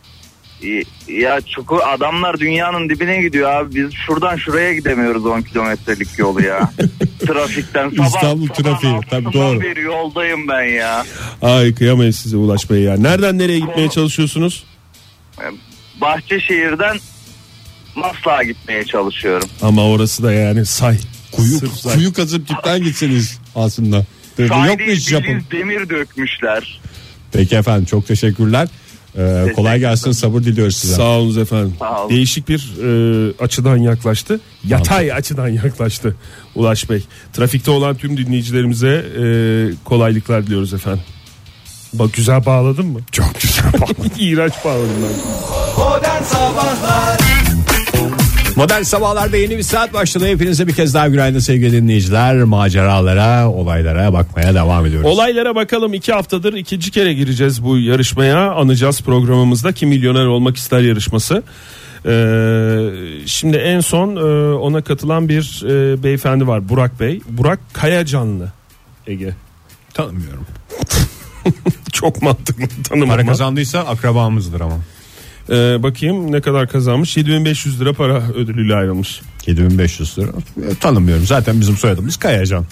Ya çukur, adamlar dünyanın dibine gidiyor abi. Biz şuradan şuraya gidemiyoruz on kilometrelik yolu ya. Trafikten sabah İstanbul trafiği tabii, doğru. Bir yoldayım ben ya. Ay kıyamayız size Ulaş Bey ya. Nereden nereye gitmeye çalışıyorsunuz? Bahçeşehir'den Maslak'a gitmeye çalışıyorum. Ama orası da yani say. Kuyu, say. kuyu kazıp dipten gitseniz aslında. Say Yok mu hiç Japon? demir dökmüşler. Peki efendim, çok teşekkürler. Ee, kolay gelsin, sabır diliyoruz size. Sağ olun efendim. Sağ olun. Değişik bir e, açıdan yaklaştı. Yatay tamam. açıdan yaklaştı Ulaş Bey. Trafikte olan tüm dinleyicilerimize e, kolaylıklar diliyoruz efendim. Bak güzel bağladın mı? Çok güzel bağladım. İğrenç bağladım ben. Modern Sabahlar. Modern Sabahlar'da yeni bir saat başladı. Hepinize bir kez daha günaydın sevgili dinleyiciler. Maceralara, olaylara bakmaya devam ediyoruz. Olaylara bakalım. İki haftadır ikinci kere gireceğiz bu yarışmaya. Anacağız programımızda. Kim Milyoner Olmak İster yarışması. Ee, şimdi en son e, ona katılan bir e, beyefendi var, Burak Bey. Burak Kayacanlı. Ege. Tanımıyorum. Çok mantıklı tanım. Para ama. kazandıysa akrabamızdır ama. Ee, bakayım ne kadar kazanmış. yedi bin beş yüz lira para ödülüyle ayrılmış. yedi bin beş yüz lira. E, tanımıyorum. Zaten bizim soyadımız Kayacan.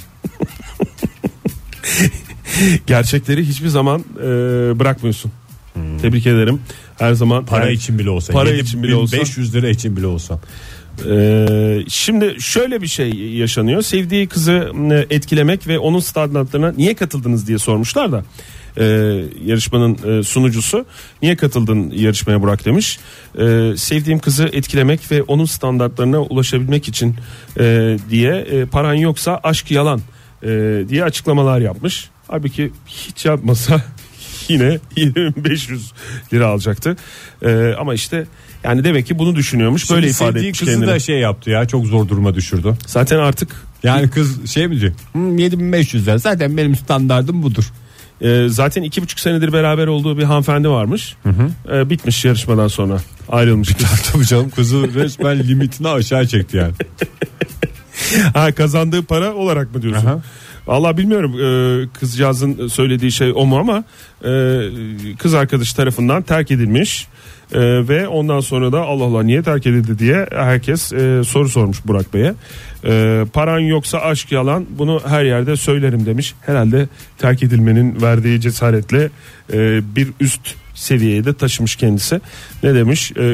Gerçekleri hiçbir zaman e, bırakmıyorsun. Hmm. Tebrik ederim. Her zaman para yani, için bile olsa. Para için bile olsa. beş yüz lira için bile olsa. Ee, şimdi şöyle bir şey yaşanıyor. Sevdiği kızı etkilemek ve onun standartlarına niye katıldınız diye sormuşlar da. Ee, yarışmanın e, sunucusu niye katıldın yarışmaya Burak demiş. Ee, sevdiğim kızı etkilemek ve onun standartlarına ulaşabilmek için e, diye e, paran yoksa aşk yalan e, diye açıklamalar yapmış. Halbuki hiç yapmasa yine yedi bin beş yüz lira alacaktı. E, ama işte yani demek ki bunu düşünüyormuş. Şimdi böyle ifade etmiş etmiş kızı kendine. da şey yaptı ya, çok zor duruma düşürdü. Zaten artık yani kız şey mi diyor? Hmm, yedi bin beş yüz lira zaten benim standardım budur. Ee, zaten iki buçuk senedir beraber olduğu bir hanımefendi varmış. Hı hı. Ee, bitmiş yarışmadan sonra. Ayrılmış. Tabii canım, kızı resmen limitini aşağı çekti yani. Ha, kazandığı para olarak mı diyorsun? Aha. Vallahi bilmiyorum ee, kızcağızın söylediği şey o mu ama e, kız arkadaşı tarafından terk edilmiş. Ee, ve ondan sonra da Allah Allah niye terk edildi diye herkes e, soru sormuş Burak Bey'e. Ee, paran yoksa aşk yalan, bunu her yerde söylerim demiş. Herhalde terk edilmenin verdiği cesaretle e, bir üst seviyeye de taşımış kendisi. Ne demiş? Ee,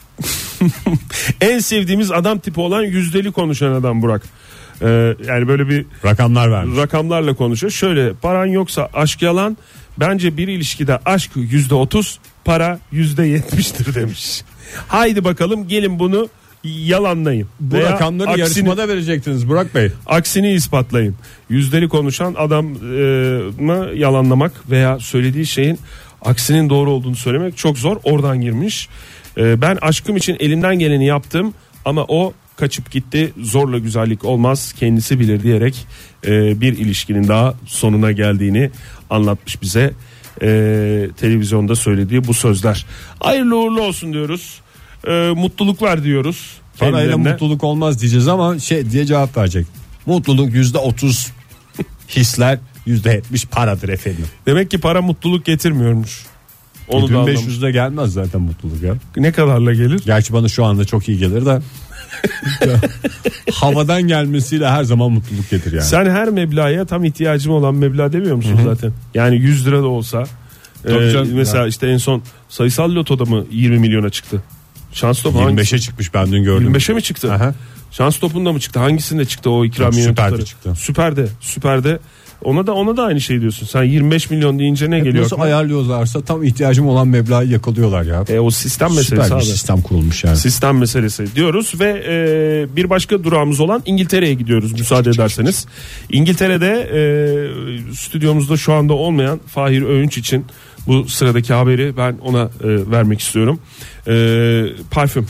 en sevdiğimiz adam tipi olan yüzdeli konuşan adam Burak. Ee, yani böyle bir rakamlar vermiş. Rakamlarla konuşuyor. Şöyle, paran yoksa aşk yalan. Bence bir ilişkide aşk yüzde otuz, para yüzde yetmiştir demiş. Haydi bakalım gelin bunu yalanlayın. Bu Veya rakamları aksini, yarışmada verecektiniz Burak Bey. Aksini ispatlayın. Yüzdeli konuşan adamı yalanlamak veya söylediği şeyin aksinin doğru olduğunu söylemek çok zor. Oradan girmiş. Ee, ben aşkım için elimden geleni yaptım ama o kaçıp gitti, zorla güzellik olmaz, kendisi bilir diyerek e, bir ilişkinin daha sonuna geldiğini anlatmış bize. E, televizyonda söylediği bu sözler. Hayırlı uğurlu olsun diyoruz. E, mutluluklar diyoruz. Parayla mutluluk olmaz diyeceğiz ama şey diye cevap verecek. Mutluluk yüzde otuz, hisler yüzde yetmiş paradır efendim. Demek ki para mutluluk getirmiyormuş. Onu da bin beş yüzde gelmez zaten mutluluk ya. Ne kadarla gelir? Gerçi bana şu anda çok iyi gelir de. Havadan gelmesiyle her zaman mutluluk getirir yani. Sen her meblağa tam ihtiyacım olan meblağ demiyor musun Hı-hı. zaten? Yani yüz lira da olsa. E, mesela ya. işte en son sayısal lotoda mı yirmi milyona çıktı? Şans topu yirmi beşe çıkmış, ben dün gördüm. yirmi beşe mi çıktı? Aha. Şans topunda mı çıktı? Hangisinde çıktı o ikramiye? Süper'de çıktı. Süper'de. Süper'de. Ona da ona da aynı şey diyorsun. Sen yirmi beş milyon deyince ne Hep geliyor? Nasıl ayarlıyorlarsa tam ihtiyacım olan meblağı yakalıyorlar ya. E, o sistem meselesi. Süper bir abi. sistem kurulmuş yani. Sistem meselesi diyoruz ve e, bir başka durağımız olan İngiltere'ye gidiyoruz müsaade ederseniz. İngiltere'de e, stüdyomuzda şu anda olmayan Fahir Öğünç için bu sıradaki haberi ben ona e, vermek istiyorum. E, parfüm.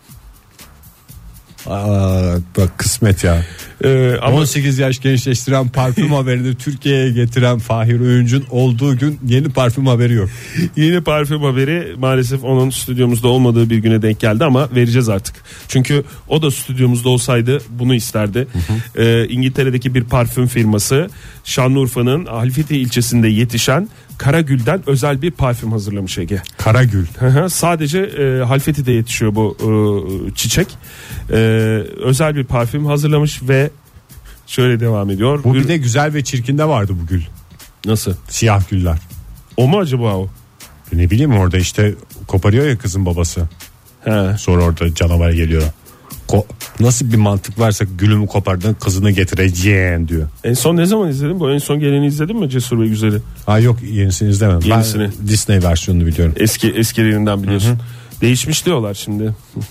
Aa, bak kısmet ya. Ee, ama on sekiz yaş gençleştiren parfüm haberini Türkiye'ye getiren Fahir Öğünç'ün olduğu gün yeni parfüm haberi yok. Yeni parfüm haberi maalesef onun stüdyomuzda olmadığı bir güne denk geldi ama vereceğiz artık. Çünkü o da stüdyomuzda olsaydı bunu isterdi. Hı hı. Ee, İngiltere'deki bir parfüm firması Şanlıurfa'nın Halfeti ilçesinde yetişen Karagül'den özel bir parfüm hazırlamış Ege. Karagül. Sadece e, Halfeti'de yetişiyor bu e, çiçek. E, özel bir parfüm hazırlamış ve şöyle devam ediyor. Bu bir de güzel ve çirkinde vardı bu gül. Nasıl? Siyah güller. O mu acaba o? Ne bileyim, orada işte koparıyor ya kızın babası. He. Sonra orada canavar geliyor. Ko- Nasıl bir mantık varsa gülümü kopardın kızını getireceğim diyor. En son ne zaman izledin? Bu en son geleni izledin mi Cesur ve Güzel'i? Ha yok, yenisini izlemedim. Yenisini. Ben Disney versiyonunu biliyorum. Eski eskilerinden biliyorsun. Hı hı. Değişmiş diyorlar şimdi.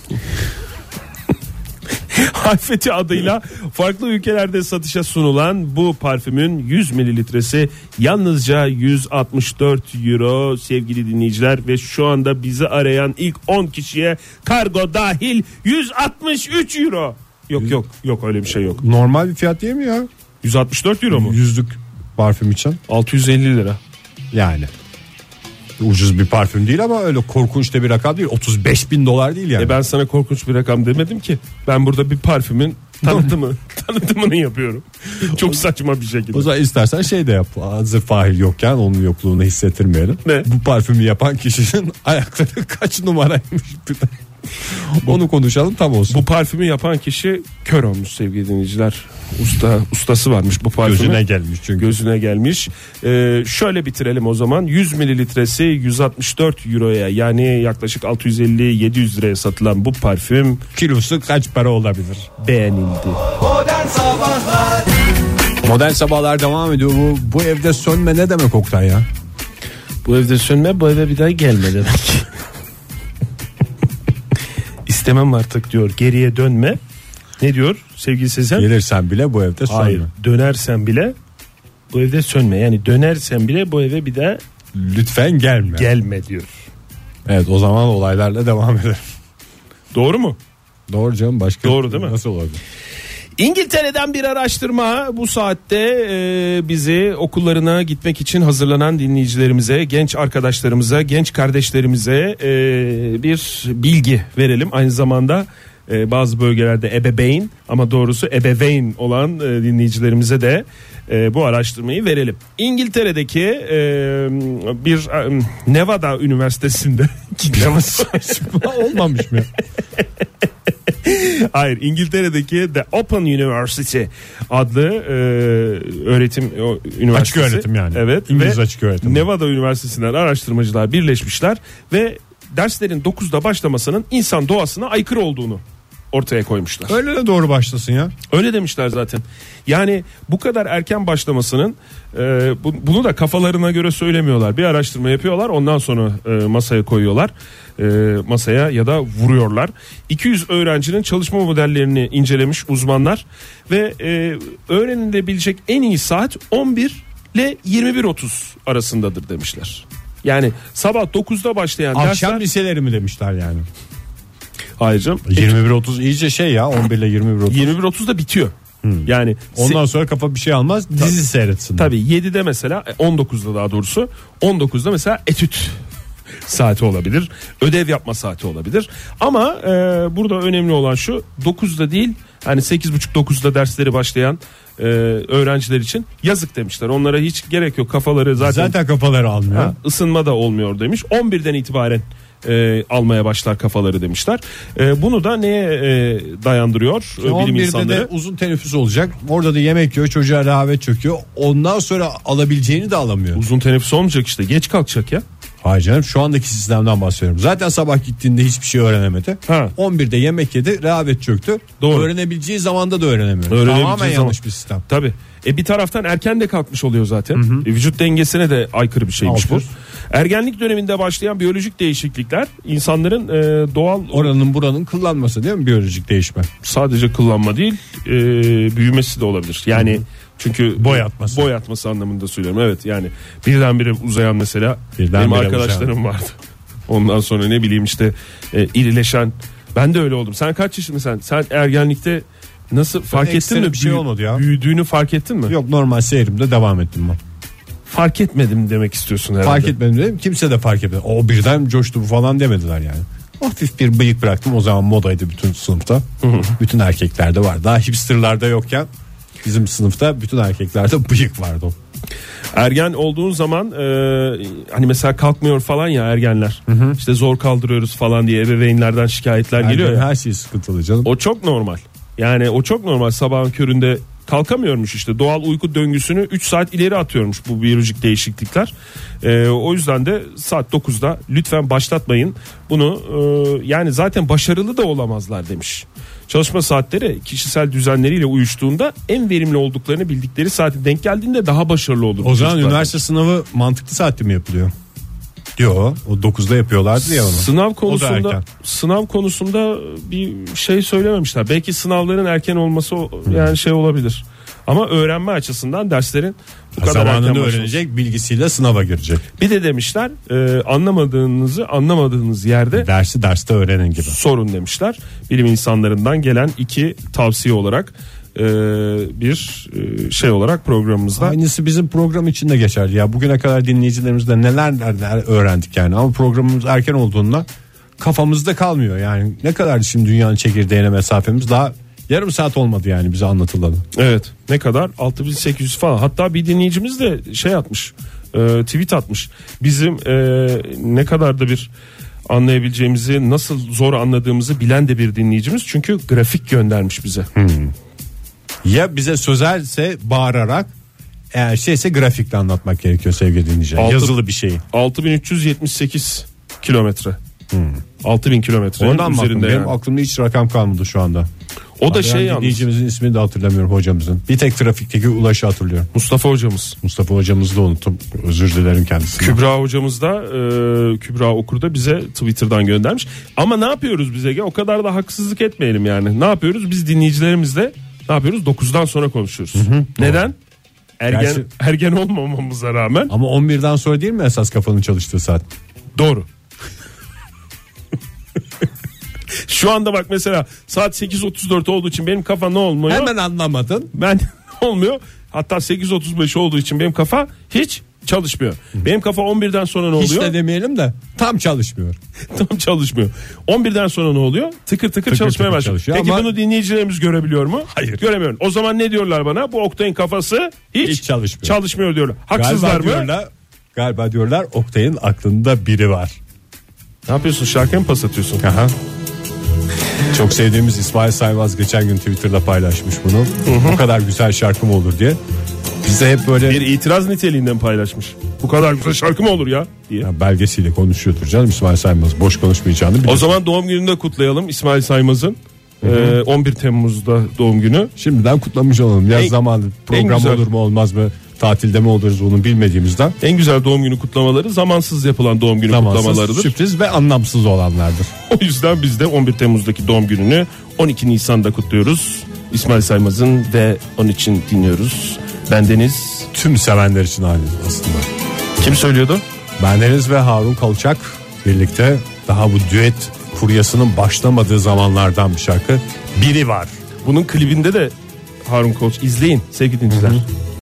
Halfeti adıyla farklı ülkelerde satışa sunulan bu parfümün yüz mililitresi yalnızca yüz altmış dört euro sevgili dinleyiciler ve şu anda bizi arayan ilk on kişiye kargo dahil yüz altmış üç euro. Yok yok yok öyle bir şey yok. Normal bir fiyat değil mi ya? yüz altmış dört euro mu? Yüzlük parfüm için. altı yüz elli lira. Yani. Ucuz bir parfüm değil ama öyle korkunç da bir rakam değil. otuz beş bin dolar değil yani. E ben sana korkunç bir rakam demedim ki. Ben burada bir parfümün tanıtımı, tanıtımını yapıyorum. Çok saçma bir şekilde. O zaman istersen şey de yap. Hazır Fahir yokken onun yokluğunu hissettirmeyelim. Ne? Bu parfümü yapan kişinin ayakları kaç numaraymış? Onu konuşalım, tam olsun. Bu parfümü yapan kişi kör olmuş sevgili dinleyiciler. Usta ustası varmış bu parfümü. Gözüne gelmiş çünkü. Gözüne gelmiş. Ee, şöyle bitirelim o zaman. yüz mililitresi yüz altmış dört euroya, yani yaklaşık altı yüz elli yedi yüz liraya satılan bu parfüm kilosu kaç para olabilir? Beğenildi. Modern Sabahlar. Modern Sabahlar devam ediyor. Bu, bu evde sönme ne demek Oktay ya? Bu evde sönme, bu eve bir daha gelme demek. İstemem artık diyor, geriye dönme. Ne diyor sevgili Sezen? Gelirsen bile bu evde sönme. Hayır, dönersen bile bu evde sönme. Yani dönersen bile bu eve bir daha lütfen gelme. Gelme diyor. Evet, o zaman olaylarla devam edelim. Doğru mu? Doğru canım, başka. Doğru değil mi? Nasıl olabilir? İngiltere'den bir araştırma bu saatte e, bizi okullarına gitmek için hazırlanan dinleyicilerimize, genç arkadaşlarımıza, genç kardeşlerimize e, bir bilgi verelim. Aynı zamanda e, bazı bölgelerde ebeveyn ama doğrusu ebeveyn olan e, dinleyicilerimize de e, bu araştırmayı verelim. İngiltere'deki e, bir e, Nevada Üniversitesi'nde olmamış mı? Hayır, İngiltere'deki The Open University adlı e, öğretim o, üniversitesi. Açık öğretim yani. Evet. İngiliz ve açık öğretim. Nevada Üniversitesi'nden araştırmacılar birleşmişler ve derslerin dokuzda başlamasının insan doğasına aykırı olduğunu ortaya koymuşlar. Öyle de doğru başlasın ya. Öyle demişler zaten. Yani bu kadar erken başlamasının e, bu, bunu da kafalarına göre söylemiyorlar. Bir araştırma yapıyorlar, ondan sonra e, masaya koyuyorlar. E, masaya ya da vuruyorlar. iki yüz öğrencinin çalışma modellerini incelemiş uzmanlar ve e, öğrenilebilecek en iyi saat on bir ile yirmi bir otuz arasındadır demişler. Yani sabah dokuzda başlayan akşam dersler... liseleri mi demişler yani? Hayır canım. yirmi bir otuz iyice şey ya, on bir ile yirmi bir otuz. yirmi bir otuzda bitiyor. Hmm. Yani ondan sonra kafa bir şey almaz, dizi tabii, seyretsin. Tabii yedide mesela, on dokuzda daha doğrusu, on dokuzda mesela etüt saati olabilir, ödev yapma saati olabilir. Ama e, burada önemli olan şu, dokuzda değil, hani sekiz buçuk dokuzda dersleri başlayan e, öğrenciler için yazık demişler. Onlara hiç gerek yok, kafaları zaten, Zaten kafaları almıyor. ha, ısınma da olmuyor demiş. on birden itibaren e, almaya başlar kafaları demişler. E, bunu da neye e, dayandırıyor e, bilim on birde insanları? de uzun teneffüs olacak. Orada da yemek yiyor, çocuğa rehavet çöküyor. Ondan sonra alabileceğini de alamıyor. Uzun teneffüs olmayacak işte, geç kalkacak ya. Hayır canım, şu andaki sistemden bahsediyorum. Zaten sabah gittiğinde hiçbir şey öğrenemedi. Ha. on birde yemek yedi, rehavet çöktü. Doğru. Öğrenebileceği zamanda da öğrenemiyor. Öğrenebileceği Tamamen zaman- yanlış bir sistem. Tabii. E bir taraftan erken de kalkmış oluyor zaten. E, vücut dengesine de aykırı bir şeymiş bu. Altır. Ergenlik döneminde başlayan biyolojik değişiklikler insanların e, doğal Oranın buranın kıllanması değil mi biyolojik değişme? sadece kullanma değil, e, büyümesi de olabilir. Yani çünkü Boy atması. boy atması anlamında söylüyorum. Evet, yani birdenbire uzayan mesela Birdenbire benim arkadaşlarım vardı. Ondan sonra ne bileyim işte e, irileşen. Ben de öyle oldum. Sen kaç yaşındasın? Sen sen ergenlikte nasıl fark ettin ekstra mi? bir şey Büyü- olmadı ya. Büyüdüğünü fark ettin mi? Yok, normal seyrimde devam ettim ben. Fark etmedim demek istiyorsun herhalde. Fark etmedim dedim, kimse de fark etmedi. O birden coştu bu falan demediler yani. Hafif bir bıyık bıraktım, o zaman modaydı bütün sınıfta. Bütün erkeklerde var. Daha hipsterlarda yokken bizim sınıfta bütün erkeklerde bıyık vardı. Ergen olduğun zaman e, hani mesela kalkmıyor falan ya ergenler. İşte zor kaldırıyoruz falan diye ebeveynlerden şikayetler geliyor Ergen ya. her şey sıkıntılı canım. O çok normal. Yani o çok normal, sabahın köründe kalkamıyormuş işte. Doğal uyku döngüsünü üç saat ileri atıyormuş bu biyolojik değişiklikler. E, o yüzden de saat dokuzda lütfen başlatmayın bunu. E, yani zaten başarılı da olamazlar demiş. Çalışma saatleri kişisel düzenleriyle uyuştuğunda en verimli olduklarını bildikleri saate denk geldiğinde daha başarılı olur. O zaman çocuklar. üniversite sınavı mantıklı saatte mi yapılıyor? Yok, o dokuzda yapıyorlardı ya onu. Sınav O da konusunda erken. sınav konusunda bir şey söylememişler. Belki sınavların erken olması o- yani şey olabilir. Ama öğrenme açısından derslerin bu kadar erken Zamanında başlaması. öğrenecek, bilgisiyle sınava girecek. Bir de demişler e, anlamadığınızı anlamadığınız yerde Dersi derste öğrenin gibi. sorun demişler. Bilim insanlarından gelen iki tavsiye olarak e, bir e, şey olarak programımızda. Aynısı bizim program için de geçerli ya. Bugüne kadar dinleyicilerimizle neler neler öğrendik yani. Ama programımız erken olduğunda kafamızda kalmıyor. Yani ne kadar şimdi dünyanın çekirdeğine mesafemiz, daha yarım saat olmadı yani bize anlatılalı. Evet, ne kadar altı bin sekiz yüz falan, hatta bir dinleyicimiz de şey atmış, e, tweet atmış, bizim e, ne kadar da bir anlayabileceğimizi, nasıl zor anladığımızı bilen de bir dinleyicimiz, çünkü grafik göndermiş bize. Ya bize sözelse bağırarak, eğer şeyse grafikle anlatmak gerekiyor sevgili dinleyiciler. Altı- Yazılı bir şeyi. altı bin üç yüz yetmiş sekiz kilometre. altı bin kilometre Ondan mı aklım? üzerinde Benim yani. aklımda hiç rakam kalmadı şu anda. O da Arayan şey yalnız, dinleyicimizin ismini de hatırlamıyorum, hocamızın. Bir tek trafikteki Ulaş'ı hatırlıyorum. Mustafa hocamız. Mustafa hocamızı da unuttum. Özür dilerim kendisinden. Kübra hocamız da e, Kübra Okur da bize Twitter'dan göndermiş. Ama ne yapıyoruz biz Ege? O kadar da haksızlık etmeyelim yani. Ne yapıyoruz? Biz dinleyicilerimizle ne yapıyoruz? dokuzdan sonra konuşuyoruz. Neden? Ergen Gerçi- ergen olmamamıza rağmen. Ama on birden sonra değil mi esas kafanın çalıştığı saat? Doğru. Şu anda bak mesela saat sekiz otuz dört olduğu için benim kafa ne olmuyor? Hemen anlamadın. Ben olmuyor. Hatta sekiz otuz beş olduğu için benim kafa hiç çalışmıyor. Benim kafa on birden sonra ne Hiç oluyor? de demeyelim de tam çalışmıyor. Tam çalışmıyor. on birden sonra ne oluyor? Tıkır tıkır, çalışmaya tıkır başlıyor. çalışıyor Peki ama- bunu dinleyicilerimiz görebiliyor mu? Hayır. Göremiyorum. O zaman ne diyorlar bana? Bu Oktay'ın kafası hiç, Hiç çalışmıyor. çalışmıyor diyorlar. Haksızlar Galiba mı? diyorlar, galiba diyorlar Oktay'ın aklında biri var. Ne yapıyorsun? Şarkıya mı pas atıyorsun? Aha. Çok sevdiğimiz İsmail Saymaz geçen gün Twitter'da paylaşmış bunu. Bu kadar güzel şarkı mı olur diye. Bize hep böyle Bir itiraz niteliğinden paylaşmış. Bu kadar güzel şarkı mı olur ya diye. ya belgesiyle konuşuyordur canım İsmail Saymaz. Boş konuşmayacağını O biliyorsun. zaman doğum gününü de kutlayalım İsmail Saymaz'ın. Ee, on bir Temmuz'da doğum günü. Şimdiden kutlamış olalım. Yaz En- zamanı program güzel. olur mu olmaz mı? Tatilde mi oluruz bunu bilmediğimizden. En güzel doğum günü kutlamaları zamansız yapılan doğum günü Zamansız, kutlamalarıdır. sürpriz ve anlamsız olanlardır. O yüzden biz de on bir Temmuz'daki doğum gününü on iki Nisan'da kutluyoruz. İsmail Saymaz'ın ve onun için dinliyoruz. Bendeniz. Tüm sevenler için aynı aslında. Kim söylüyordu? Bendeniz ve Harun Kalçak birlikte daha bu düet furyasının başlamadığı zamanlardan bir şarkı. Biri var. Bunun klibinde de Harun Koç izleyin sevgili dinleyiciler.